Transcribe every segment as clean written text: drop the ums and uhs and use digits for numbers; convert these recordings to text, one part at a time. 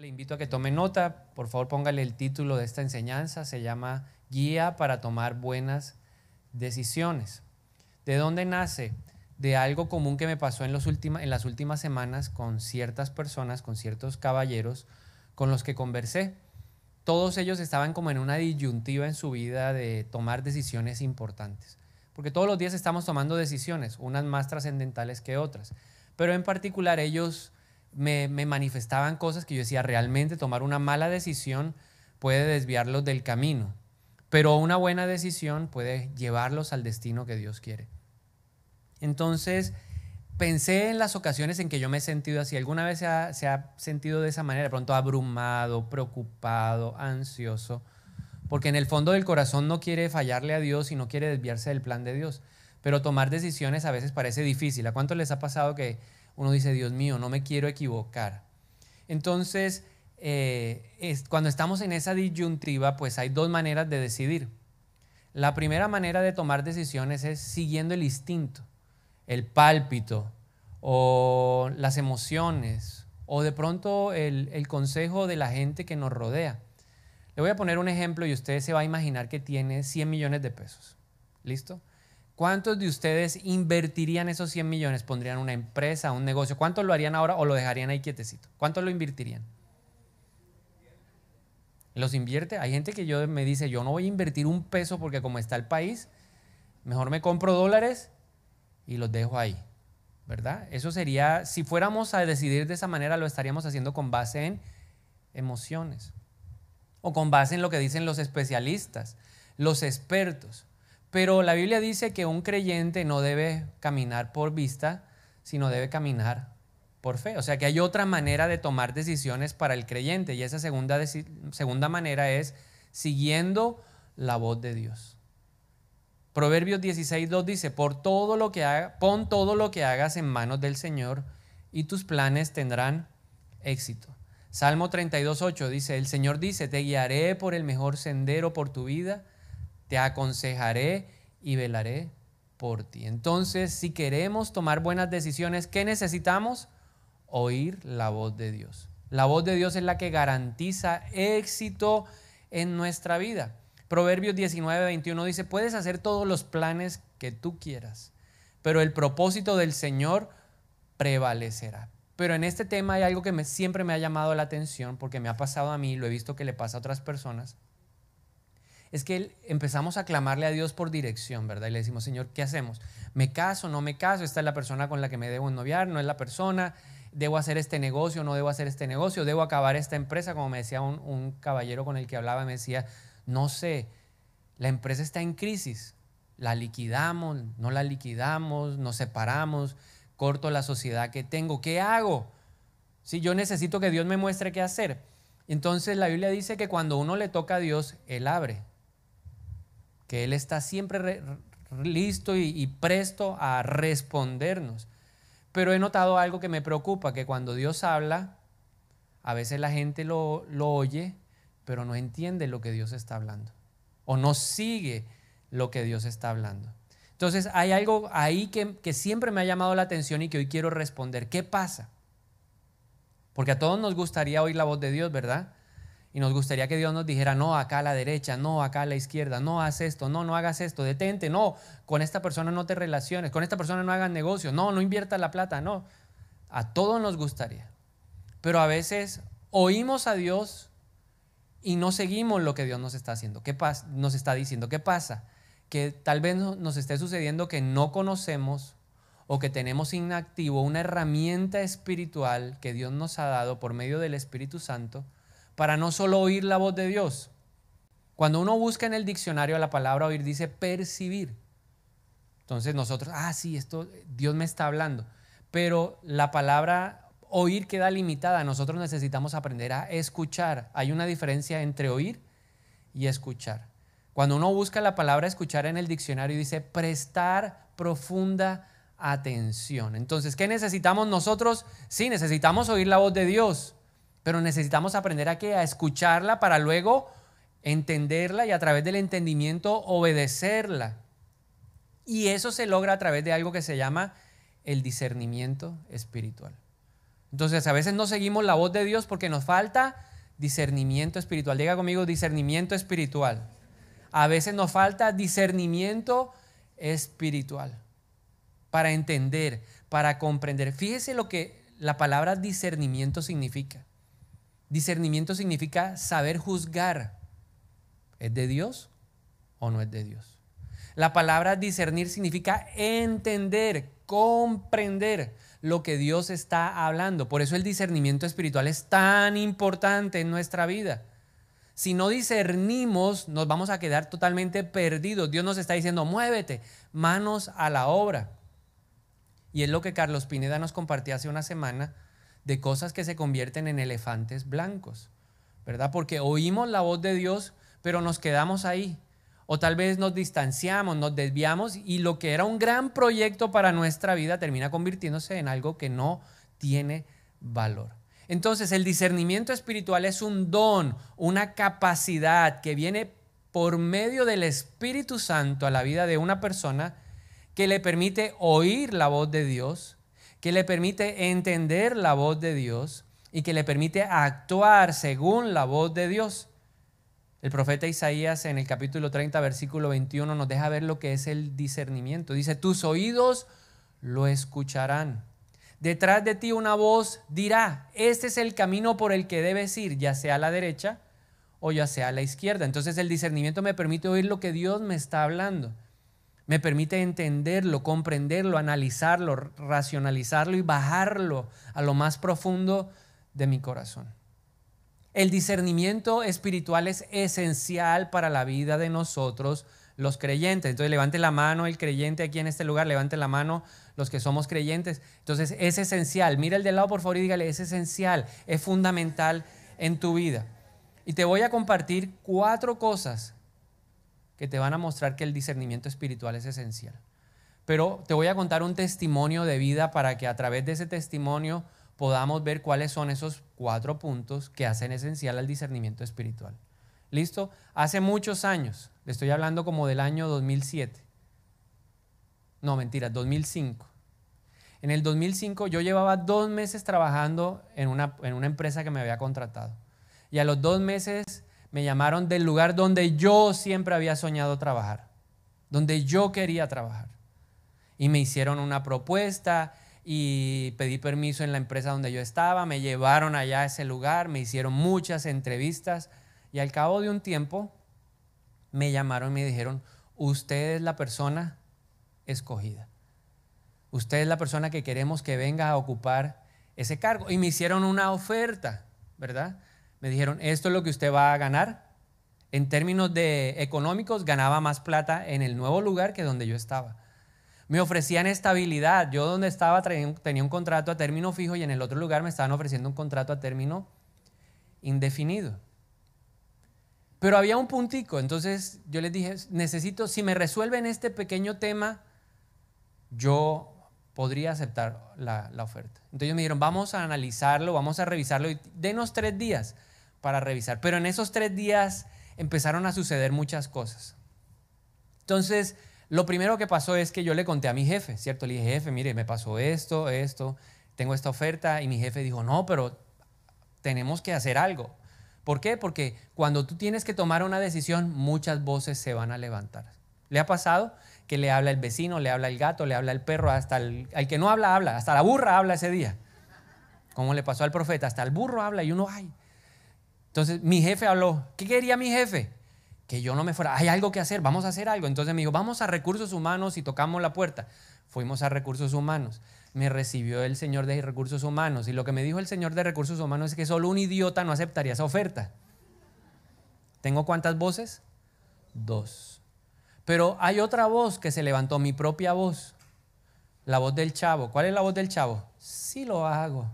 le invito a que tome nota. Por favor, póngale el título de esta enseñanza. Se llama Guía para tomar buenas decisiones. ¿De dónde nace? De algo común que me pasó en las últimas semanas con ciertas personas, con ciertos caballeros con los que conversé. Todos ellos estaban como en una disyuntiva en su vida de tomar decisiones importantes. Porque todos los días estamos tomando decisiones, unas más trascendentales que otras. Pero en particular ellos me manifestaban cosas que yo decía, realmente tomar una mala decisión puede desviarlos del camino, pero una buena decisión puede llevarlos al destino que Dios quiere. Entonces pensé en las ocasiones en que yo me he sentido así. ¿Alguna vez se ha sentido de esa manera? De pronto abrumado, preocupado, ansioso, porque en el fondo del corazón no quiere fallarle a Dios y no quiere desviarse del plan de Dios, pero tomar decisiones a veces parece difícil. ¿A cuánto les ha pasado que uno dice, Dios mío, no me quiero equivocar? Entonces, cuando estamos en esa disyuntiva, pues hay dos maneras de decidir. La primera manera de tomar decisiones es siguiendo el instinto, el pálpito o las emociones o de pronto el consejo de la gente que nos rodea. Le voy a poner un ejemplo y usted se va a imaginar que tiene 100 millones de pesos. ¿Listo? ¿Cuántos de ustedes invertirían esos 100 millones? ¿Pondrían una empresa, un negocio? ¿Cuántos lo harían ahora o lo dejarían ahí quietecito? ¿Cuántos lo invertirían? ¿Los invierte? Hay gente que me dice, yo no voy a invertir un peso porque como está el país, mejor me compro dólares y los dejo ahí, ¿verdad? Eso sería, si fuéramos a decidir de esa manera, lo estaríamos haciendo con base en emociones o con base en lo que dicen los especialistas, los expertos. Pero la Biblia dice que un creyente no debe caminar por vista, sino debe caminar por fe. O sea que hay otra manera de tomar decisiones para el creyente y esa segunda manera es siguiendo la voz de Dios. Proverbios 16:2 dice, pon todo lo que hagas en manos del Señor y tus planes tendrán éxito. Salmo 32:8 dice, el Señor dice, te guiaré por el mejor sendero por tu vida, te aconsejaré y velaré por ti. Entonces, si queremos tomar buenas decisiones, ¿qué necesitamos? Oír la voz de Dios. La voz de Dios es la que garantiza éxito en nuestra vida. Proverbios 19:21 dice, puedes hacer todos los planes que tú quieras, pero el propósito del Señor prevalecerá. Pero en este tema hay algo que siempre me ha llamado la atención porque me ha pasado a mí, lo he visto que le pasa a otras personas. Es que empezamos a clamarle a Dios por dirección, ¿verdad? Y le decimos, Señor, ¿qué hacemos? ¿Me caso? ¿No me caso? ¿Esta es la persona con la que me debo ennoviar? ¿No es la persona? ¿Debo hacer este negocio? ¿No debo hacer este negocio? ¿Debo acabar esta empresa? Como me decía un caballero con el que hablaba, me decía, no sé, la empresa está en crisis. ¿La liquidamos? ¿No la liquidamos? ¿Nos separamos? ¿Corto la sociedad que tengo? ¿Qué hago? Si yo necesito que Dios me muestre qué hacer. Entonces la Biblia dice que cuando uno le toca a Dios, Él abre. Que Él está siempre listo y presto a respondernos. Pero he notado algo que me preocupa, que cuando Dios habla, a veces la gente lo oye, pero no entiende lo que Dios está hablando. O no sigue lo que Dios está hablando. Entonces hay algo ahí que siempre me ha llamado la atención y que hoy quiero responder. ¿Qué pasa? Porque a todos nos gustaría oír la voz de Dios, ¿verdad? Y nos gustaría que Dios nos dijera, no, acá a la derecha, no, acá a la izquierda, no, haz esto, no hagas esto, detente, no, con esta persona no te relaciones, con esta persona no hagas negocio, no inviertas la plata, no. A todos nos gustaría. Pero a veces oímos a Dios y no seguimos lo que Dios nos está haciendo. ¿Qué pasa? Nos está diciendo, ¿qué pasa? Que tal vez nos esté sucediendo que no conocemos o que tenemos inactivo una herramienta espiritual que Dios nos ha dado por medio del Espíritu Santo para no solo oír la voz de Dios. Cuando uno busca en el diccionario la palabra oír dice percibir. Entonces nosotros, sí, esto Dios me está hablando. Pero la palabra oír queda limitada. Nosotros necesitamos aprender a escuchar. Hay una diferencia entre oír y escuchar. Cuando uno busca la palabra escuchar en el diccionario dice prestar profunda atención. Entonces, ¿qué necesitamos nosotros? Sí, necesitamos oír la voz de Dios, pero necesitamos aprender a escucharla para luego entenderla y a través del entendimiento obedecerla. Y eso se logra a través de algo que se llama el discernimiento espiritual. Entonces a veces no seguimos la voz de Dios porque nos falta discernimiento espiritual. Diga conmigo, discernimiento espiritual. A veces nos falta discernimiento espiritual para entender, para comprender. Fíjese lo que la palabra discernimiento significa. Discernimiento significa saber juzgar. ¿Es de Dios o no es de Dios? La palabra discernir significa entender, comprender lo que Dios está hablando. Por eso el discernimiento espiritual es tan importante en nuestra vida. Si no discernimos, nos vamos a quedar totalmente perdidos. Dios nos está diciendo, muévete, manos a la obra. Y es lo que Carlos Pineda nos compartía hace una semana, de cosas que se convierten en elefantes blancos, ¿verdad? Porque oímos la voz de Dios, pero nos quedamos ahí. O tal vez nos distanciamos, nos desviamos y lo que era un gran proyecto para nuestra vida termina convirtiéndose en algo que no tiene valor. Entonces el discernimiento espiritual es un don, una capacidad que viene por medio del Espíritu Santo a la vida de una persona que le permite oír la voz de Dios, que le permite entender la voz de Dios y que le permite actuar según la voz de Dios. El profeta Isaías en el capítulo 30, versículo 21 nos deja ver lo que es el discernimiento. Dice, tus oídos lo escucharán. Detrás de ti una voz dirá, este es el camino por el que debes ir, ya sea a la derecha o ya sea a la izquierda. Entonces el discernimiento me permite oír lo que Dios me está hablando. Me permite entenderlo, comprenderlo, analizarlo, racionalizarlo y bajarlo a lo más profundo de mi corazón. El discernimiento espiritual es esencial para la vida de nosotros los creyentes. Entonces levante la mano el creyente aquí en este lugar, levante la mano los que somos creyentes. Entonces es esencial. Mira el de al lado por favor y dígale, es esencial, es fundamental en tu vida. Y te voy a compartir 4 cosas que te van a mostrar que el discernimiento espiritual es esencial. Pero te voy a contar un testimonio de vida para que a través de ese testimonio podamos ver cuáles son esos 4 puntos que hacen esencial al discernimiento espiritual. ¿Listo? Hace muchos años, le estoy hablando como del año 2007. No, mentira, 2005. En el 2005 yo llevaba 2 meses trabajando en una empresa que me había contratado. Y a los 2 meses me llamaron del lugar donde yo siempre había soñado trabajar, donde yo quería trabajar. Y me hicieron una propuesta y pedí permiso en la empresa donde yo estaba, me llevaron allá a ese lugar, me hicieron muchas entrevistas y al cabo de un tiempo me llamaron y me dijeron, usted es la persona escogida. Usted es la persona que queremos que venga a ocupar ese cargo. Y me hicieron una oferta, ¿verdad? Me dijeron, esto es lo que usted va a ganar. En términos económicos, ganaba más plata en el nuevo lugar que donde yo estaba. Me ofrecían estabilidad. Yo donde estaba tenía un contrato a término fijo y en el otro lugar me estaban ofreciendo un contrato a término indefinido. Pero había un puntico. Entonces yo les dije, necesito, si me resuelven este pequeño tema, yo podría aceptar la oferta. Entonces ellos me dijeron, vamos a analizarlo, vamos a revisarlo y denos 3 días para revisar. Pero en esos 3 días empezaron a suceder muchas cosas. Entonces, lo primero que pasó es que yo le conté a mi jefe, ¿cierto? Le dije, jefe, mire, me pasó esto, tengo esta oferta. Y mi jefe dijo, no, pero tenemos que hacer algo. ¿Por qué? Porque cuando tú tienes que tomar una decisión, muchas voces se van a levantar. ¿Le ha pasado que le habla el vecino, le habla el gato, le habla el perro, hasta al que no habla, habla, hasta la burra habla ese día? Como le pasó al profeta, hasta el burro habla y uno, ay. Entonces mi jefe habló. ¿Qué quería mi jefe? Que yo no me fuera. Hay algo que hacer, vamos a hacer algo. Entonces me dijo, vamos a recursos humanos y tocamos la puerta. Fuimos a recursos humanos. Me recibió el señor de recursos humanos y lo que me dijo el señor de recursos humanos es que solo un idiota no aceptaría esa oferta. ¿Tengo cuántas voces? 2. Pero hay otra voz que se levantó, mi propia voz. La voz del chavo. ¿Cuál es la voz del chavo? Sí lo hago.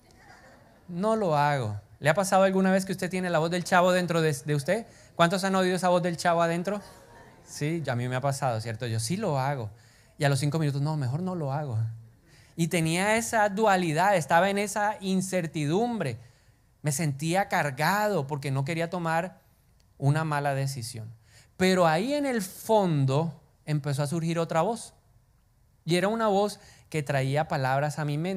No lo hago. ¿Le ha pasado alguna vez que usted tiene la voz del chavo dentro de usted? ¿Cuántos han oído esa voz del chavo adentro? Sí, a mí me ha pasado, ¿cierto? Yo sí lo hago. Y a los 5 minutos, no, mejor no lo hago. Y tenía esa dualidad, estaba en esa incertidumbre. Me sentía cargado porque no quería tomar una mala decisión. Pero ahí en el fondo empezó a surgir otra voz. Y era una voz que traía palabras a mi mente.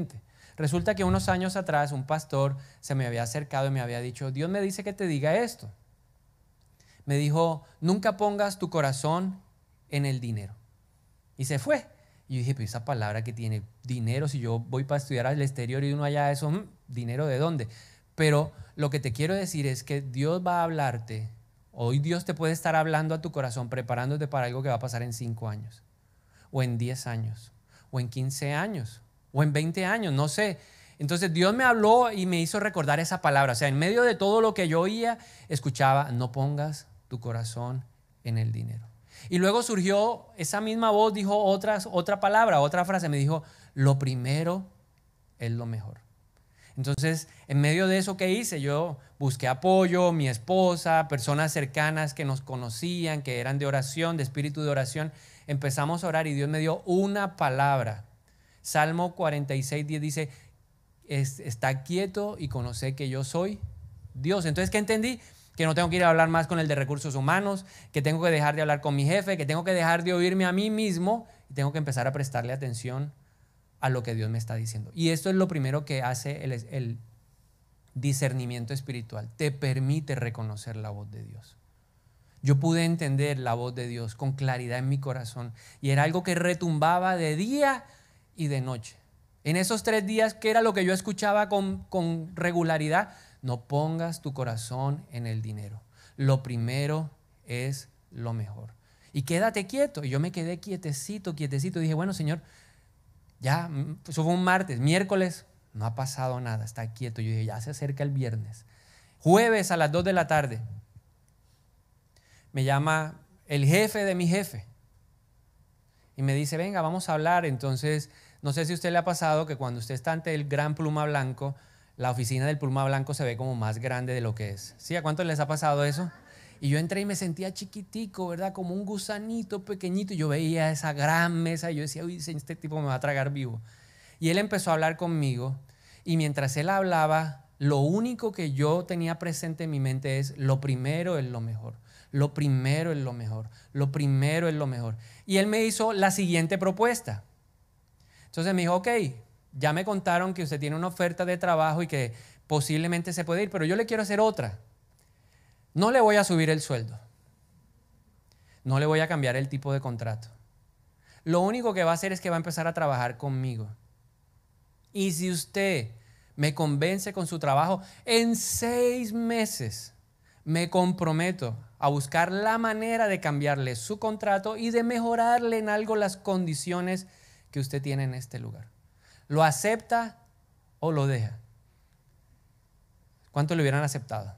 Resulta que unos años atrás un pastor se me había acercado y me había dicho, Dios me dice que te diga esto. Me dijo, nunca pongas tu corazón en el dinero. Y se fue. Y yo dije, pues esa palabra que tiene dinero, si yo voy para estudiar al exterior y uno allá, eso, ¿dinero de dónde? Pero lo que te quiero decir es que Dios va a hablarte. Hoy Dios te puede estar hablando a tu corazón, preparándote para algo que va a pasar en 5 años, o en 10 años, o en 15 años, o en 20 años, no sé. Entonces Dios me habló y me hizo recordar esa palabra. O sea, en medio de todo lo que yo oía, escuchaba, no pongas tu corazón en el dinero. Y luego surgió esa misma voz, dijo otra palabra, otra frase, me dijo, lo primero es lo mejor. Entonces, en medio de eso, ¿qué hice? Yo busqué apoyo, mi esposa, personas cercanas que nos conocían, que eran de oración, de espíritu de oración. Empezamos a orar y Dios me dio una palabra. Salmo 46:10 dice, está quieto y conoce que yo soy Dios. Entonces, ¿qué entendí? Que no tengo que ir a hablar más con el de recursos humanos, que tengo que dejar de hablar con mi jefe, que tengo que dejar de oírme a mí mismo y tengo que empezar a prestarle atención a lo que Dios me está diciendo. Y esto es lo primero que hace el discernimiento espiritual. Te permite reconocer la voz de Dios. Yo pude entender la voz de Dios con claridad en mi corazón y era algo que retumbaba de día y de noche. En esos 3 días, ¿qué era lo que yo escuchaba con regularidad? No pongas tu corazón en el dinero. Lo primero es lo mejor. Y quédate quieto. Y yo me quedé quietecito. Dije, bueno, Señor, ya, eso fue un martes. Miércoles, no ha pasado nada, está quieto. Yo dije, ya se acerca el viernes. Jueves a las 2 de la tarde, me llama el jefe de mi jefe y me dice, venga, vamos a hablar. Entonces, no sé si a usted le ha pasado que cuando usted está ante el gran Pluma Blanco, la oficina del Pluma Blanco se ve como más grande de lo que es. ¿Sí? ¿A cuántos les ha pasado eso? Y yo entré y me sentía chiquitico, ¿verdad? Como un gusanito pequeñito. Y yo veía esa gran mesa y yo decía, uy, este tipo me va a tragar vivo. Y él empezó a hablar conmigo y mientras él hablaba, lo único que yo tenía presente en mi mente es, lo primero es lo mejor. Lo primero es lo mejor. Lo primero es lo mejor. Y él me hizo la siguiente propuesta. Entonces me dijo, ok, ya me contaron que usted tiene una oferta de trabajo y que posiblemente se puede ir, pero yo le quiero hacer otra. No le voy a subir el sueldo. No le voy a cambiar el tipo de contrato. Lo único que va a hacer es que va a empezar a trabajar conmigo. Y si usted me convence con su trabajo, en 6 meses me comprometo a buscar la manera de cambiarle su contrato y de mejorarle en algo las condiciones que usted tiene en este lugar. ¿Lo acepta o lo deja? ¿Cuánto le hubieran aceptado?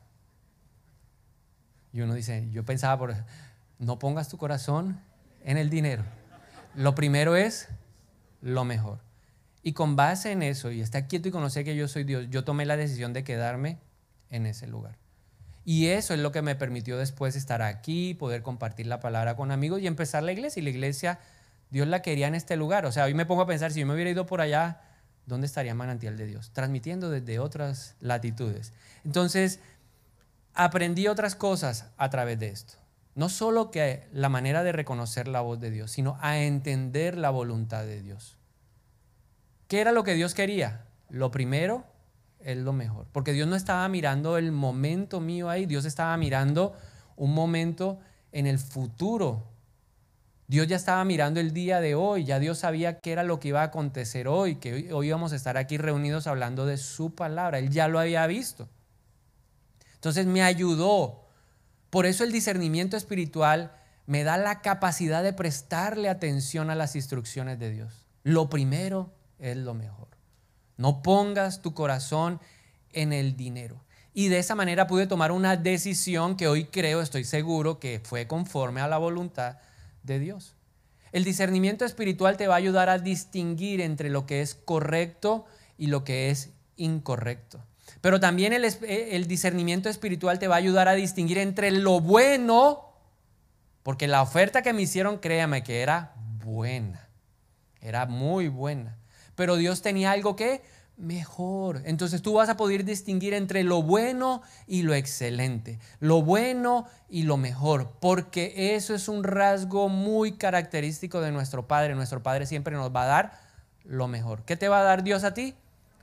Y uno dice, yo pensaba, no pongas tu corazón en el dinero. Lo primero es lo mejor. Y con base en eso, y está quieto y conocer que yo soy Dios, yo tomé la decisión de quedarme en ese lugar. Y eso es lo que me permitió después estar aquí, poder compartir la palabra con amigos y empezar la iglesia. Y la iglesia, Dios la quería en este lugar. O sea, hoy me pongo a pensar, si yo me hubiera ido por allá, ¿dónde estaría Manantial de Dios? Transmitiendo desde otras latitudes. Entonces, aprendí otras cosas a través de esto. No solo que la manera de reconocer la voz de Dios, sino a entender la voluntad de Dios. ¿Qué era lo que Dios quería? Lo primero es lo mejor. Porque Dios no estaba mirando el momento mío ahí, Dios estaba mirando un momento en el futuro. Dios ya estaba mirando el día de hoy, ya Dios sabía qué era lo que iba a acontecer hoy, que hoy íbamos a estar aquí reunidos hablando de su palabra. Él ya lo había visto. Entonces me ayudó. Por eso el discernimiento espiritual me da la capacidad de prestarle atención a las instrucciones de Dios. Lo primero es lo mejor. No pongas tu corazón en el dinero. Y de esa manera pude tomar una decisión que hoy creo, estoy seguro, que fue conforme a la voluntad de Dios. El discernimiento espiritual te va a ayudar a distinguir entre lo que es correcto y lo que es incorrecto. Pero también el discernimiento espiritual te va a ayudar a distinguir entre lo bueno, porque la oferta que me hicieron, créame que era buena, era muy buena. Pero Dios tenía algo que mejor. Entonces tú vas a poder distinguir entre lo bueno y lo excelente, lo bueno y lo mejor, porque eso es un rasgo muy característico de nuestro Padre. Nuestro Padre siempre nos va a dar lo mejor. ¿Qué te va a dar Dios a ti?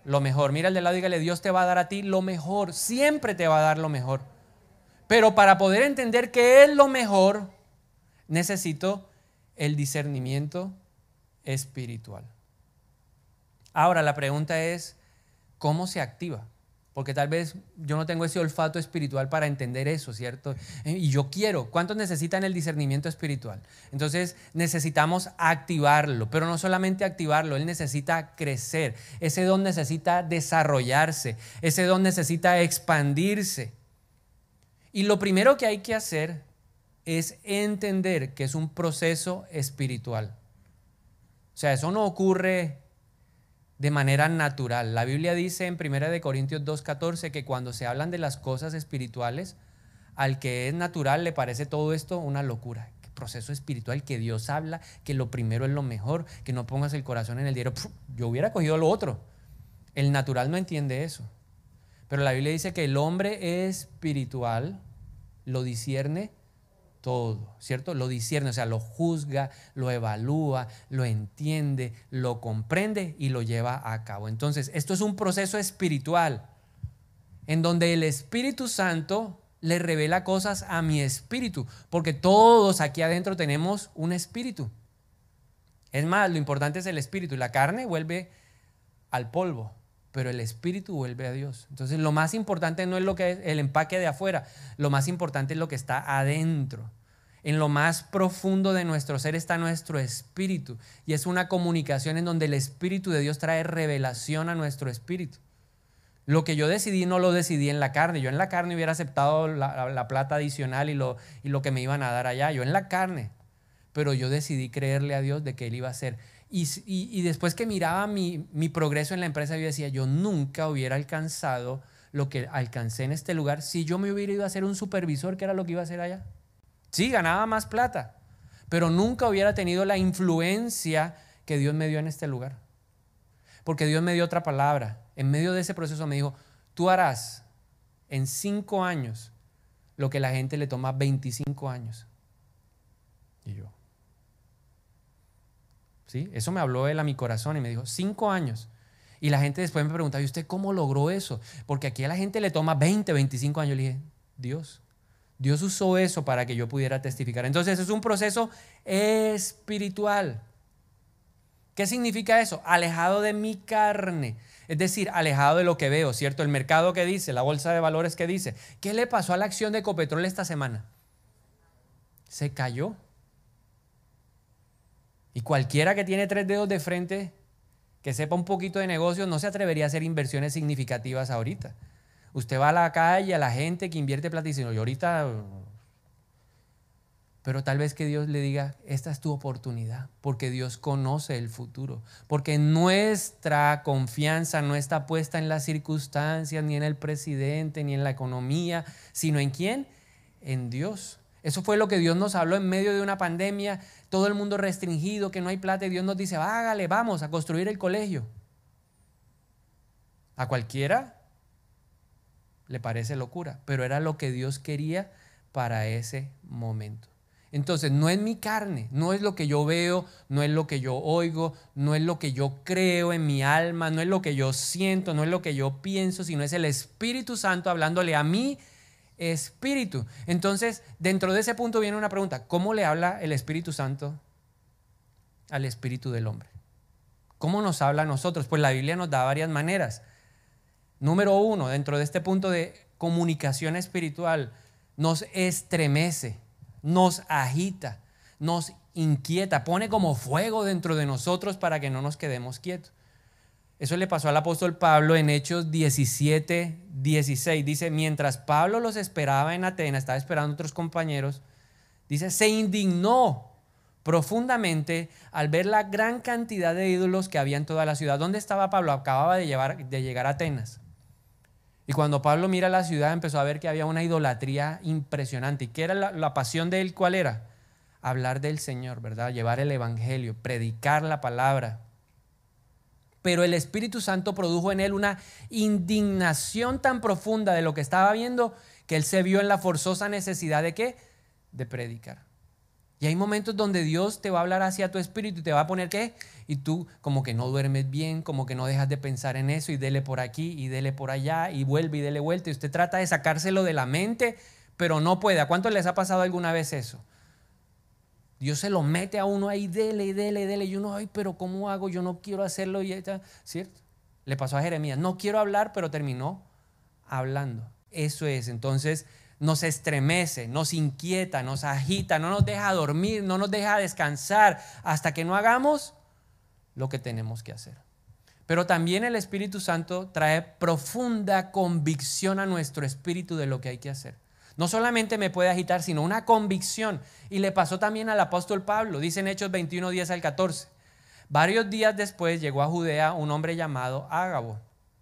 lo mejor. Mira al de lado y dígale, Dios te va a dar a ti lo mejor, siempre te va a dar lo mejor. Pero para poder entender qué es lo mejor, necesito el discernimiento espiritual. Ahora la pregunta es, ¿cómo se activa? Porque tal vez yo no tengo ese olfato espiritual para entender eso, ¿cierto? Y yo quiero. ¿Cuántos necesitan el discernimiento espiritual? Entonces necesitamos activarlo, pero no solamente activarlo, él necesita crecer. Ese don necesita desarrollarse, ese don necesita expandirse. Y lo primero que hay que hacer es entender que es un proceso espiritual. O sea, eso no ocurre de manera natural. La Biblia dice en 1 Corintios 2:14 que cuando se hablan de las cosas espirituales, al que es natural le parece todo esto una locura. ¿Qué proceso espiritual? Que Dios habla, que lo primero es lo mejor, que no pongas el corazón en el diario. Yo hubiera cogido lo otro. El natural no entiende eso. Pero la Biblia dice que el hombre espiritual lo discierne todo, ¿cierto? Lo discierne, o sea, lo juzga, lo evalúa, lo entiende, lo comprende y lo lleva a cabo. Entonces, esto es un proceso espiritual en donde el Espíritu Santo le revela cosas a mi espíritu, porque todos aquí adentro tenemos un espíritu. Es más, lo importante es el espíritu. La carne vuelve al polvo, pero el espíritu vuelve a Dios. Entonces, lo más importante no es lo que es el empaque de afuera, lo más importante es lo que está adentro. En lo más profundo de nuestro ser está nuestro espíritu, y es una comunicación en donde el Espíritu de Dios trae revelación a nuestro espíritu. Lo que yo decidí no lo decidí en la carne. Yo en la carne hubiera aceptado la plata adicional y lo que me iban a dar allá. Yo en la carne. Pero yo decidí creerle a Dios de que Él iba a hacer. Y después que miraba mi progreso en la empresa, yo decía, yo nunca hubiera alcanzado lo que alcancé en este lugar si yo me hubiera ido a ser un supervisor, que era lo que iba a hacer allá. Sí, ganaba más plata, pero nunca hubiera tenido la influencia que Dios me dio en este lugar. Porque Dios me dio otra palabra. En medio de ese proceso me dijo, tú harás en 5 años lo que la gente le toma 25 años. Y yo, ¿sí? Eso me habló él a mi corazón y me dijo, 5 años. Y la gente después me preguntaba, ¿y usted cómo logró eso? Porque aquí a la gente le toma 20, 25 años. Le dije, Dios usó eso para que yo pudiera testificar. Entonces es un proceso espiritual. ¿Qué significa eso? Alejado de mi carne. Es decir, alejado de lo que veo, ¿cierto? El mercado que dice, la bolsa de valores que dice. ¿Qué le pasó a la acción de Ecopetrol esta semana? Se cayó. Y cualquiera que tiene 3 dedos de frente, que sepa un poquito de negocios, no se atrevería a hacer inversiones significativas ahorita. Usted va a la calle, a la gente que invierte plata y dice, no, yo ahorita... Pero tal vez que Dios le diga, esta es tu oportunidad, porque Dios conoce el futuro, porque nuestra confianza no está puesta en las circunstancias, ni en el presidente, ni en la economía, sino ¿en quién? En Dios. Eso fue lo que Dios nos habló en medio de una pandemia, todo el mundo restringido, que no hay plata, y Dios nos dice, hágale, vamos a construir el colegio. A cualquiera le parece locura, pero era lo que Dios quería para ese momento. Entonces no es mi carne, no es lo que yo veo, no es lo que yo oigo, no es lo que yo creo en mi alma, no es lo que yo siento, no es lo que yo pienso, sino es el Espíritu Santo hablándole a mi espíritu. Entonces, dentro de ese punto viene una pregunta, ¿cómo le habla el Espíritu Santo al espíritu del hombre? ¿Cómo nos habla a nosotros? Pues la Biblia nos da varias maneras. Número 1, dentro de este punto de comunicación espiritual, nos estremece, nos agita, nos inquieta, pone como fuego dentro de nosotros para que no nos quedemos quietos. Eso le pasó al apóstol Pablo en Hechos 17:16. Dice, mientras Pablo los esperaba en Atenas, estaba esperando a otros compañeros, dice, se indignó profundamente al ver la gran cantidad de ídolos que había en toda la ciudad. ¿Dónde estaba Pablo? Acababa de llegar a Atenas. Y cuando Pablo mira la ciudad empezó a ver que había una idolatría impresionante. ¿Y qué era la pasión de él? ¿Cuál era? Hablar del Señor, ¿verdad? Llevar el evangelio, predicar la palabra. Pero el Espíritu Santo produjo en él una indignación tan profunda de lo que estaba viendo que él se vio en la forzosa necesidad de ¿qué? De predicar. Y hay momentos donde Dios te va a hablar hacia tu espíritu y te va a poner ¿qué? Y tú como que no duermes bien, como que no dejas de pensar en eso y dele por aquí y dele por allá y vuelve y dele vuelta. Y usted trata de sacárselo de la mente, pero no puede. ¿A cuántos les ha pasado alguna vez eso? Dios se lo mete a uno ahí, dele y dele y dele. Y uno, ay, pero ¿cómo hago? Yo no quiero hacerlo. ¿Cierto? Le pasó a Jeremías. No quiero hablar, pero terminó hablando. Eso es. Entonces nos estremece, nos inquieta, nos agita, no nos deja dormir, no nos deja descansar hasta que no hagamos lo que tenemos que hacer. Pero también el Espíritu Santo trae profunda convicción a nuestro espíritu de lo que hay que hacer. No solamente me puede agitar, sino una convicción. Y le pasó también al apóstol Pablo. Dice en Hechos 21, 10 al 14. Varios días después llegó a Judea un hombre llamado Ágabo,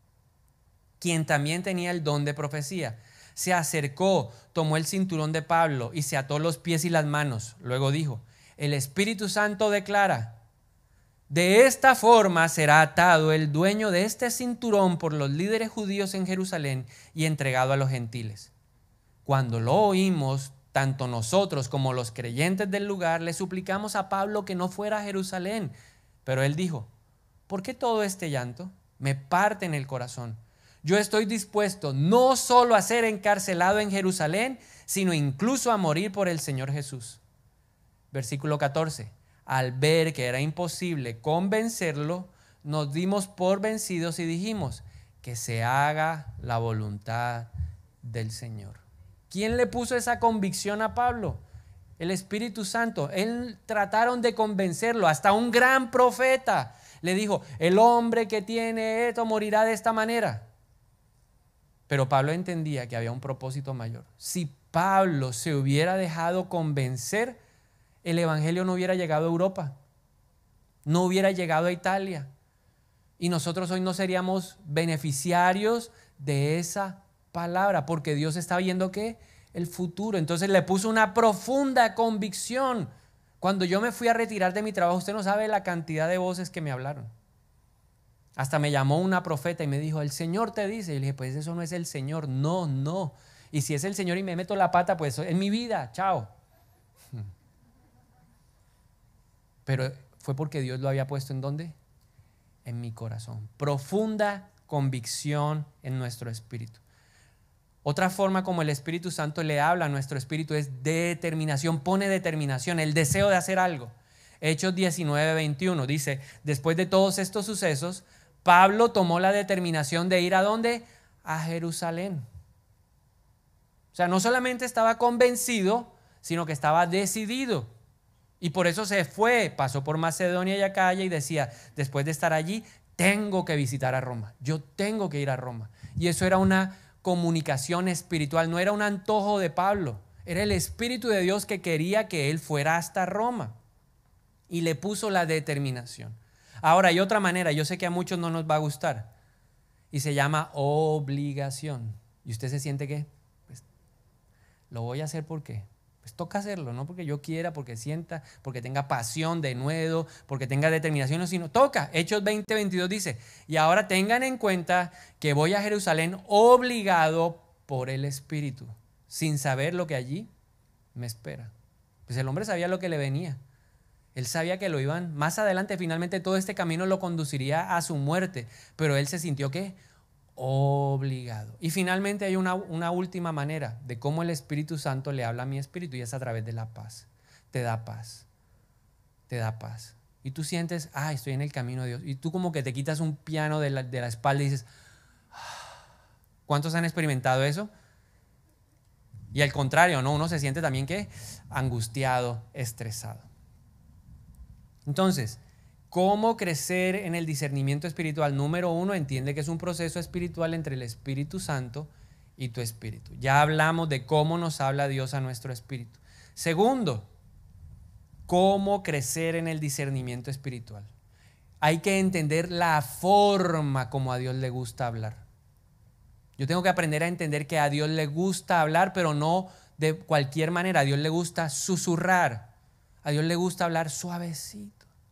quien también tenía el don de profecía. Se acercó, tomó el cinturón de Pablo y se ató los pies y las manos. Luego dijo, el Espíritu Santo declara, de esta forma será atado el dueño de este cinturón por los líderes judíos en Jerusalén y entregado a los gentiles. Cuando lo oímos, tanto nosotros como los creyentes del lugar le suplicamos a Pablo que no fuera a Jerusalén. Pero él dijo, ¿por qué todo este llanto? Me parte en el corazón. Yo estoy dispuesto no solo a ser encarcelado en Jerusalén, sino incluso a morir por el Señor Jesús. Versículo 14. Al ver que era imposible convencerlo, nos dimos por vencidos y dijimos, que se haga la voluntad del Señor. ¿Quién le puso esa convicción a Pablo? El Espíritu Santo. Él trataron de convencerlo, hasta un gran profeta le dijo, el hombre que tiene esto morirá de esta manera. Pero Pablo entendía que había un propósito mayor. Si Pablo se hubiera dejado convencer, el evangelio no hubiera llegado a Europa, no hubiera llegado a Italia. Y nosotros hoy no seríamos beneficiarios de esa palabra, porque Dios está viendo ¿qué? El futuro. Entonces le puso una profunda convicción. Cuando yo me fui a retirar de mi trabajo, usted no sabe la cantidad de voces que me hablaron. Hasta me llamó una profeta y me dijo, el Señor te dice. Y le dije, pues eso no es el Señor, no. Y si es el Señor y me meto la pata, pues en mi vida, chao. Pero fue porque Dios lo había puesto ¿en dónde? En mi corazón. Profunda convicción en nuestro espíritu. Otra forma como el Espíritu Santo le habla a nuestro espíritu es determinación, pone determinación, el deseo de hacer algo. Hechos 19, 21 dice, después de todos estos sucesos, Pablo tomó la determinación de ir ¿a dónde? A Jerusalén. O sea, no solamente estaba convencido, sino que estaba decidido. Y por eso se fue, pasó por Macedonia y Acaya y decía, después de estar allí, tengo que visitar a Roma. Yo tengo que ir a Roma. Y eso era una comunicación espiritual, no era un antojo de Pablo. Era el Espíritu de Dios que quería que él fuera hasta Roma. Y le puso la determinación. Ahora hay otra manera, yo sé que a muchos no nos va a gustar. Y se llama obligación. ¿Y usted se siente qué? Pues lo voy a hacer porque pues toca hacerlo, no porque yo quiera, porque sienta, porque tenga pasión de nuevo, porque tenga determinación, sino toca. Hechos 20, 22 dice, y ahora tengan en cuenta que voy a Jerusalén obligado por el Espíritu, sin saber lo que allí me espera. Pues el hombre sabía lo que le venía. Él sabía que lo iban, más adelante finalmente todo este camino lo conduciría a su muerte, pero él se sintió ¿qué? Obligado. Y finalmente hay una última manera de cómo el Espíritu Santo le habla a mi espíritu y es a través de la paz. Te da paz, te da paz. Y tú sientes, estoy en el camino de Dios. Y tú como que te quitas un piano de la espalda y dices, ¿cuántos han experimentado eso? Y al contrario, ¿no? Uno se siente también ¿qué? Angustiado, estresado. Entonces, ¿cómo crecer en el discernimiento espiritual? Número 1, entiende que es un proceso espiritual entre el Espíritu Santo y tu espíritu. Ya hablamos de cómo nos habla Dios a nuestro espíritu. Segundo, ¿cómo crecer en el discernimiento espiritual? Hay que entender la forma como a Dios le gusta hablar. Yo tengo que aprender a entender que a Dios le gusta hablar, pero no de cualquier manera. A Dios le gusta susurrar. A Dios le gusta hablar suavecito.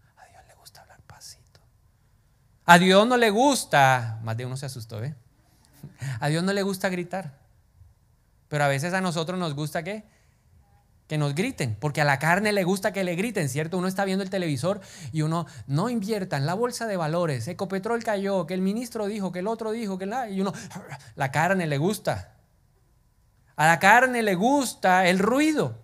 A Dios no le gusta, más de uno se asustó, ¿eh? A Dios no le gusta gritar, pero a veces a nosotros nos gusta ¿qué? que nos griten, porque a la carne le gusta que le griten, ¿cierto? Uno está viendo el televisor y uno, no inviertan, la bolsa de valores, Ecopetrol cayó, que el ministro dijo, que el otro dijo, y uno, la carne le gusta. A la carne le gusta el ruido,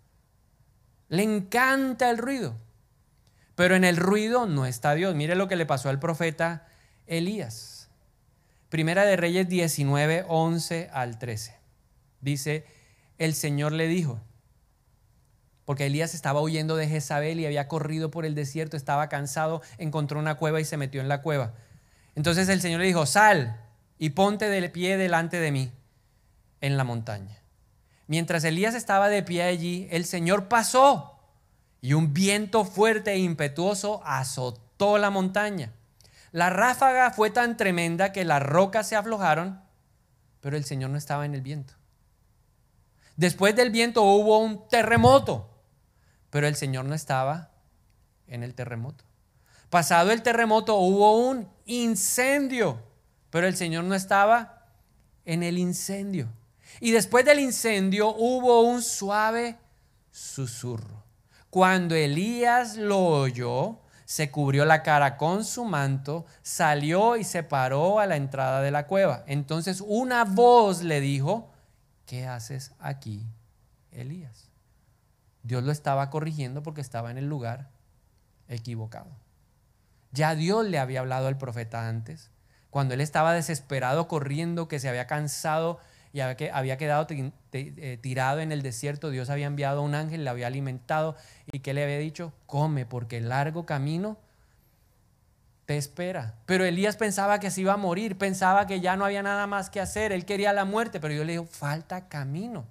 le encanta el ruido, pero en el ruido no está Dios. Mire lo que le pasó al profeta Elías. Primera de Reyes 19, 11 al 13. Dice, el Señor le dijo, porque Elías estaba huyendo de Jezabel y había corrido por el desierto, estaba cansado, encontró una cueva y se metió en la cueva. Entonces el Señor le dijo, sal y ponte de pie delante de mí en la montaña. Mientras Elías estaba de pie allí, el Señor pasó y un viento fuerte e impetuoso azotó la montaña. La ráfaga fue tan tremenda que las rocas se aflojaron, pero el Señor no estaba en el viento. Después del viento hubo un terremoto, pero el Señor no estaba en el terremoto. Pasado el terremoto hubo un incendio, pero el Señor no estaba en el incendio. Y después del incendio hubo un suave susurro. Cuando Elías lo oyó, se cubrió la cara con su manto, salió y se paró a la entrada de la cueva. Entonces una voz le dijo, ¿qué haces aquí, Elías? Dios lo estaba corrigiendo porque estaba en el lugar equivocado. Ya Dios le había hablado al profeta antes, cuando él estaba desesperado corriendo, que se había cansado y había quedado tirado en el desierto. Dios había enviado a un ángel, le había alimentado y ¿qué le había dicho? Come, porque el largo camino te espera. Pero Elías pensaba que se iba a morir, pensaba que ya no había nada más que hacer, él quería la muerte, pero Dios le dijo, falta camino.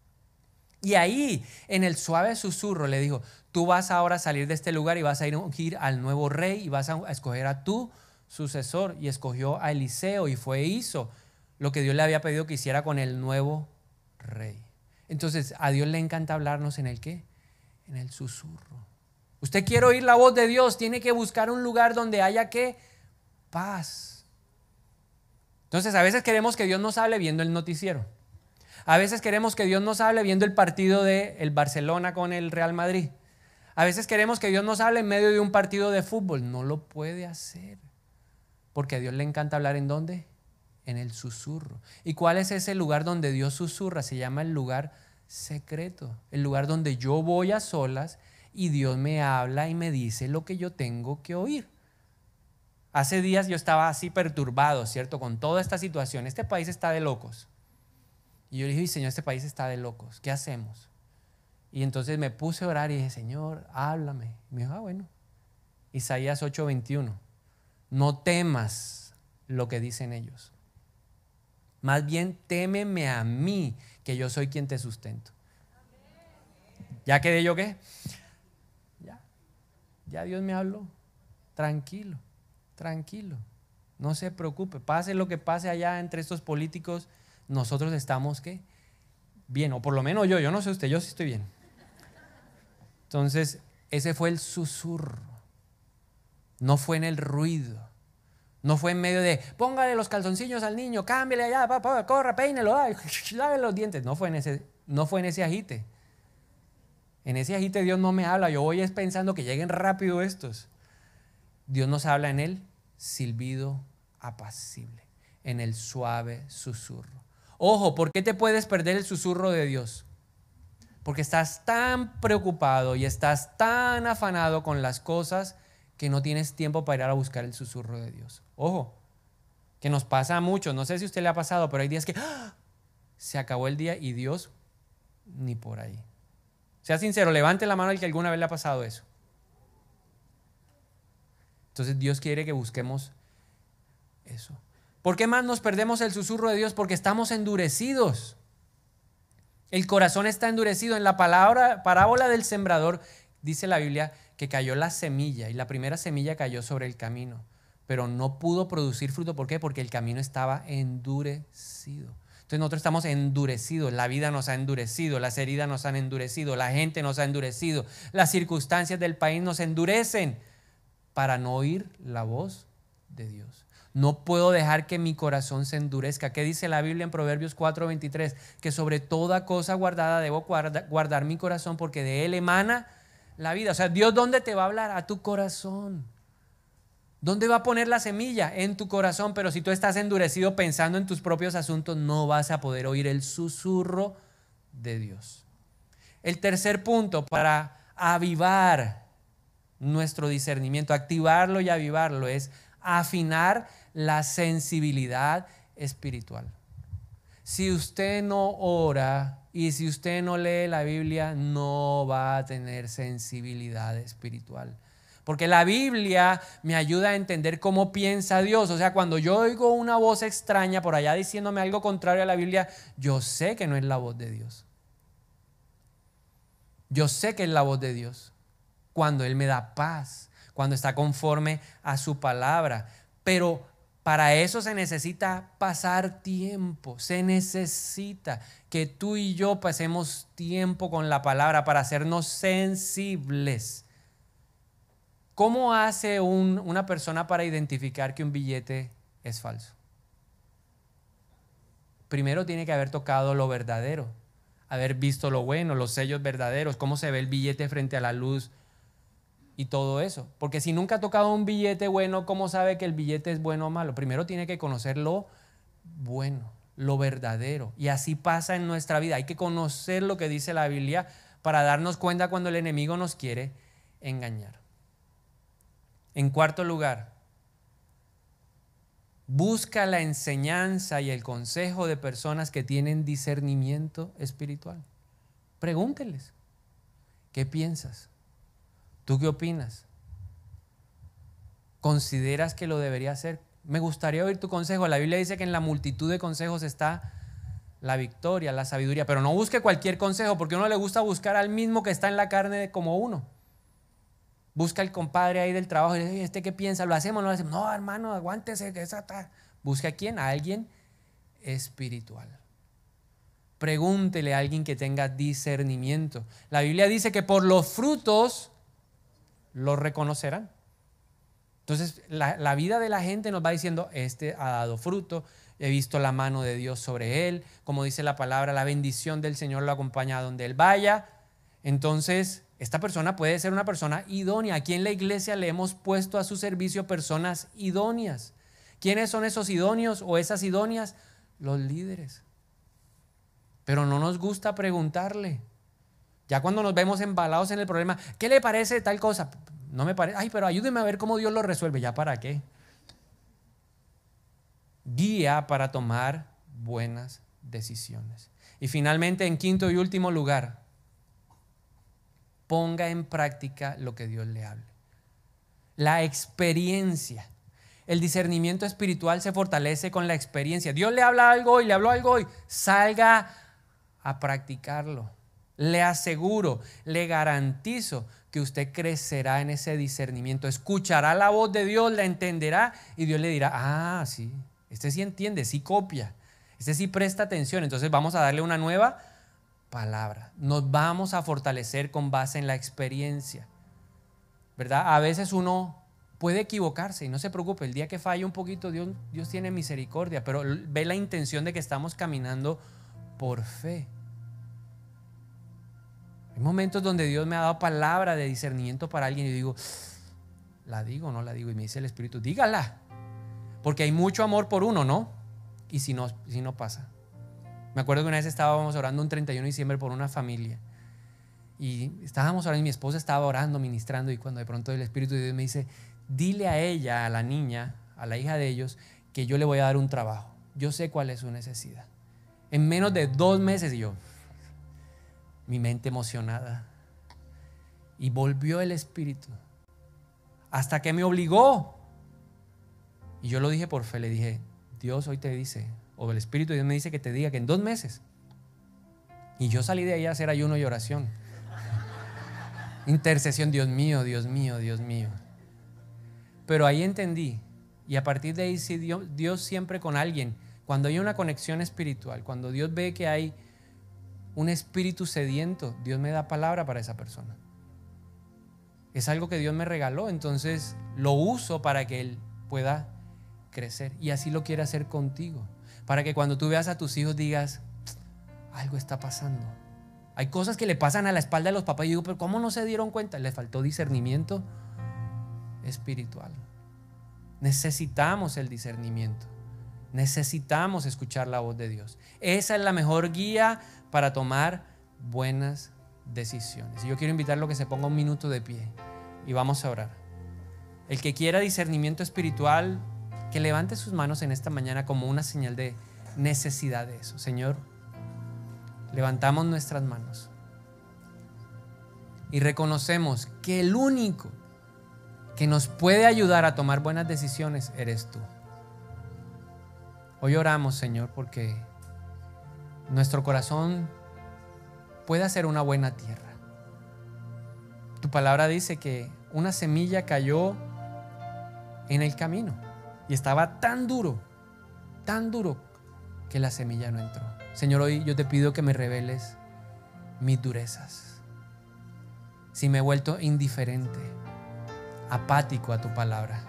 Y ahí, en el suave susurro, le dijo, tú vas ahora a salir de este lugar y vas a ir a ungir al nuevo rey y vas a escoger a tu sucesor. Y escogió a Eliseo y fue e hizo lo que Dios le había pedido que hiciera con el nuevo rey. Entonces, a Dios le encanta hablarnos ¿en el qué? En el susurro. Usted quiere oír la voz de Dios, tiene que buscar un lugar donde haya ¿qué? Paz. Entonces, a veces queremos que Dios nos hable viendo el noticiero. A veces queremos que Dios nos hable viendo el partido del Barcelona con el Real Madrid. A veces queremos que Dios nos hable en medio de un partido de fútbol. No lo puede hacer. Porque a Dios le encanta hablar ¿en dónde? En el susurro. ¿Y cuál es ese lugar donde Dios susurra? Se llama el lugar secreto. El lugar donde yo voy a solas y Dios me habla y me dice lo que yo tengo que oír. Hace días yo estaba así perturbado, ¿cierto? Con toda esta situación. Este país está de locos. Y yo le dije, Señor, este país está de locos, ¿qué hacemos? Y entonces me puse a orar y dije, Señor, háblame. Y me dijo, bueno, Isaías 8:21, no temas lo que dicen ellos. Más bien témeme a mí, que yo soy quien te sustento. ¿Ya quedé yo qué? Ya Dios me habló. Tranquilo, tranquilo. No se preocupe, pase lo que pase allá entre estos políticos. Nosotros estamos, ¿qué? Bien, o por lo menos yo no sé usted, yo sí estoy bien. Entonces, ese fue el susurro. No fue en el ruido. No fue en medio de, póngale los calzoncillos al niño, cámbiale allá, papá, corra, peínelo, lave los dientes. No fue en ese agite. En ese agite Dios no me habla, yo voy pensando que lleguen rápido estos. Dios nos habla en el silbido apacible, en el suave susurro. Ojo, ¿por qué te puedes perder el susurro de Dios? Porque estás tan preocupado y estás tan afanado con las cosas que no tienes tiempo para ir a buscar el susurro de Dios. Ojo, que nos pasa a muchos, no sé si a usted le ha pasado, pero hay días que se acabó el día y Dios ni por ahí. Sea sincero, levante la mano al que alguna vez le ha pasado eso. Entonces Dios quiere que busquemos eso. ¿Por qué más nos perdemos el susurro de Dios? Porque estamos endurecidos. El corazón está endurecido. En la parábola del sembrador dice la Biblia que cayó la semilla y la primera semilla cayó sobre el camino, pero no pudo producir fruto. ¿Por qué? Porque el camino estaba endurecido. Entonces nosotros estamos endurecidos, la vida nos ha endurecido, las heridas nos han endurecido, la gente nos ha endurecido, las circunstancias del país nos endurecen para no oír la voz de Dios. No puedo dejar que mi corazón se endurezca. ¿Qué dice la Biblia en Proverbios 4:23? Que sobre toda cosa guardada debo guardar mi corazón, porque de él emana la vida. O sea, Dios, ¿dónde te va a hablar? A tu corazón. ¿Dónde va a poner la semilla? En tu corazón. Pero si tú estás endurecido pensando en tus propios asuntos, no vas a poder oír el susurro de Dios. El tercer punto para avivar nuestro discernimiento, activarlo y avivarlo, es afinar la sensibilidad espiritual. Si usted no ora y si usted no lee la Biblia, no va a tener sensibilidad espiritual. Porque la Biblia me ayuda a entender cómo piensa Dios. O sea, cuando yo oigo una voz extraña por allá diciéndome algo contrario a la Biblia, yo sé que no es la voz de Dios. Yo sé que es la voz de Dios. Cuando Él me da paz, cuando está conforme a su palabra. Pero para eso se necesita pasar tiempo. Se necesita que tú y yo pasemos tiempo con la palabra para hacernos sensibles. ¿Cómo hace una persona para identificar que un billete es falso? Primero tiene que haber tocado lo verdadero, haber visto lo bueno, los sellos verdaderos, cómo se ve el billete frente a la luz y todo eso. Porque si nunca ha tocado un billete bueno, ¿cómo sabe que el billete es bueno o malo? Primero tiene que conocer lo bueno, lo verdadero. Y así pasa en nuestra vida. Hay que conocer lo que dice la Biblia para darnos cuenta cuando el enemigo nos quiere engañar. En cuarto lugar, busca la enseñanza y el consejo de personas que tienen discernimiento espiritual. Pregúnteles, ¿qué piensas? ¿Tú qué opinas? ¿Consideras que lo debería hacer? Me gustaría oír tu consejo. La Biblia dice que en la multitud de consejos está la victoria, la sabiduría. Pero no busque cualquier consejo, porque a uno le gusta buscar al mismo que está en la carne como uno. Busca al compadre ahí del trabajo y dice, ¿este qué piensa? ¿Lo hacemos o no lo hacemos? No, hermano, aguántese. Que esa está. Busca a quién, a alguien espiritual. Pregúntele a alguien que tenga discernimiento. La Biblia dice que por los frutos los reconocerán. Entonces, la vida de la gente nos va diciendo, este ha dado fruto, he visto la mano de Dios sobre él, como dice la palabra, la bendición del Señor lo acompaña a donde él vaya. Entonces, esta persona puede ser una persona idónea. Aquí en la iglesia le hemos puesto a su servicio personas idóneas. ¿Quiénes son esos idóneos o esas idóneas? Los líderes. Pero no nos gusta preguntarle. Ya cuando nos vemos embalados en el problema, ¿qué le parece tal cosa? No me parece. Ay, pero ayúdeme a ver cómo Dios lo resuelve. ¿Ya para qué? Guía para tomar buenas decisiones. Y finalmente, en quinto y último lugar, ponga en práctica lo que Dios le hable. La experiencia. El discernimiento espiritual se fortalece con la experiencia. Dios le habla algo hoy, le habló algo hoy. Salga a practicarlo. Le aseguro, le garantizo que usted crecerá en ese discernimiento. Escuchará la voz de Dios, la entenderá y Dios le dirá, ah, sí, este sí entiende, sí copia, este sí presta atención. Entonces vamos a darle una nueva palabra. Nos vamos a fortalecer con base en la experiencia, ¿verdad? A veces uno puede equivocarse y no se preocupe, el día que falle un poquito Dios tiene misericordia, pero ve la intención de que estamos caminando por fe. Hay momentos donde Dios me ha dado palabra de discernimiento para alguien y yo digo, ¿la digo o no la digo? Y me dice el Espíritu, dígala, porque hay mucho amor por uno, ¿no? Y si no pasa. Me acuerdo que una vez estábamos orando un 31 de diciembre por una familia y estábamos orando y mi esposa estaba orando, ministrando, y cuando de pronto el Espíritu de Dios me dice, dile a ella, a la niña, a la hija de ellos, que yo le voy a dar un trabajo. Yo sé cuál es su necesidad. En menos de 2 meses, y yo, mi mente emocionada, y volvió el Espíritu hasta que me obligó, y yo lo dije por fe, le dije, Dios hoy te dice, o el Espíritu de Dios me dice que te diga que en 2 meses. Y yo salí de ahí a hacer ayuno y oración, intercesión. Dios mío, Dios mío, Dios mío. Pero ahí entendí, y a partir de ahí, sí, Dios siempre con alguien, cuando hay una conexión espiritual, cuando Dios ve que hay un espíritu sediento, Dios me da palabra para esa persona. Es algo que Dios me regaló, entonces lo uso para que Él pueda crecer. Y así lo quiere hacer contigo. Para que cuando tú veas a tus hijos digas, algo está pasando. Hay cosas que le pasan a la espalda de los papás. Y digo, pero ¿cómo no se dieron cuenta? Les faltó discernimiento espiritual. Necesitamos el discernimiento. Necesitamos escuchar la voz de Dios. Esa es la mejor guía para tomar buenas decisiones. Y yo quiero invitarlo a que se ponga un minuto de pie y vamos a orar. El que quiera discernimiento espiritual, que levante sus manos en esta mañana como una señal de necesidad de eso. Señor, levantamos nuestras manos y reconocemos que el único que nos puede ayudar a tomar buenas decisiones eres tú. Hoy oramos, Señor, porque nuestro corazón pueda ser una buena tierra. Tu palabra dice que una semilla cayó en el camino y estaba tan duro que la semilla no entró. Señor, hoy yo te pido que me reveles mis durezas. Si me he vuelto indiferente, apático a tu palabra.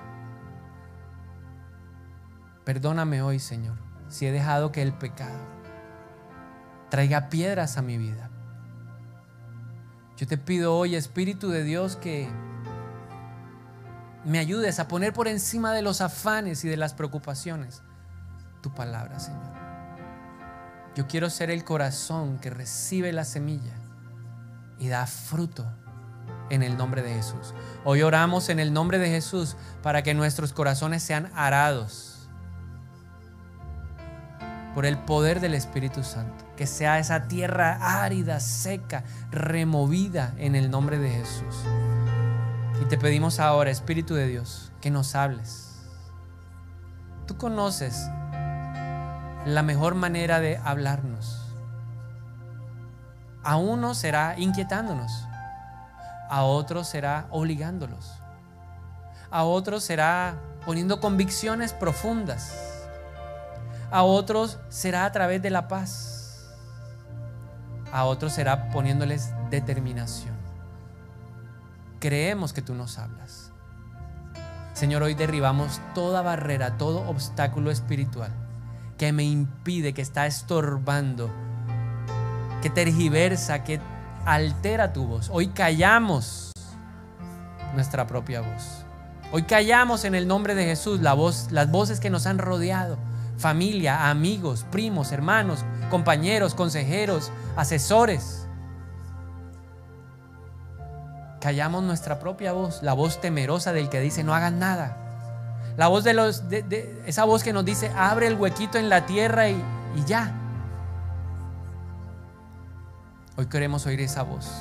Perdóname hoy, Señor, si he dejado que el pecado traiga piedras a mi vida. Yo te pido hoy, Espíritu de Dios, que me ayudes a poner por encima de los afanes y de las preocupaciones tu palabra, Señor. Yo quiero ser el corazón que recibe la semilla y da fruto en el nombre de Jesús. Hoy oramos en el nombre de Jesús para que nuestros corazones sean arados por el poder del Espíritu Santo. Que sea esa tierra árida, seca, removida en el nombre de Jesús. Y te pedimos ahora, Espíritu de Dios, que nos hables. Tú conoces la mejor manera de hablarnos. A unos será inquietándonos, a otros será obligándolos, a otros será poniendo convicciones profundas, a otros será a través de la paz, a otros será poniéndoles determinación. Creemos que tú nos hablas. Señor, hoy derribamos toda barrera, todo obstáculo espiritual que me impide, que está estorbando, que tergiversa, que altera tu voz. Hoy callamos nuestra propia voz. Hoy callamos en el nombre de Jesús las voces que nos han rodeado. Familia, amigos, primos, hermanos, compañeros, consejeros, asesores. Callamos nuestra propia voz, la voz temerosa del que dice no hagan nada. La voz esa voz que nos dice abre el huequito en la tierra y ya. Hoy queremos oír esa voz.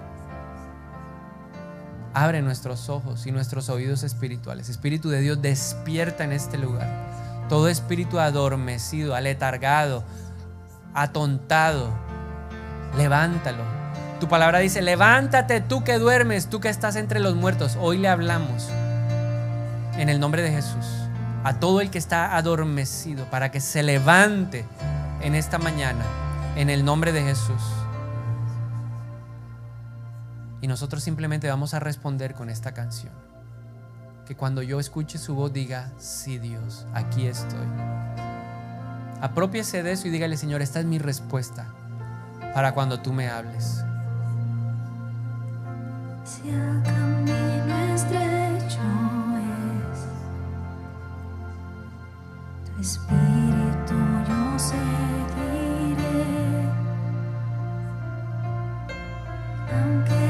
Abre nuestros ojos y nuestros oídos espirituales. Espíritu de Dios, despierta en este lugar. Todo espíritu adormecido, aletargado, atontado, levántalo. Tu palabra dice, levántate tú que duermes, tú que estás entre los muertos. Hoy le hablamos en el nombre de Jesús a todo el que está adormecido para que se levante en esta mañana en el nombre de Jesús. Y nosotros simplemente vamos a responder con esta canción. Que cuando yo escuche su voz diga, sí, Dios, aquí estoy. Aprópiese de eso y dígale, Señor, esta es mi respuesta para cuando tú me hables. Si el camino estrecho es, tu espíritu yo seguiré, aunque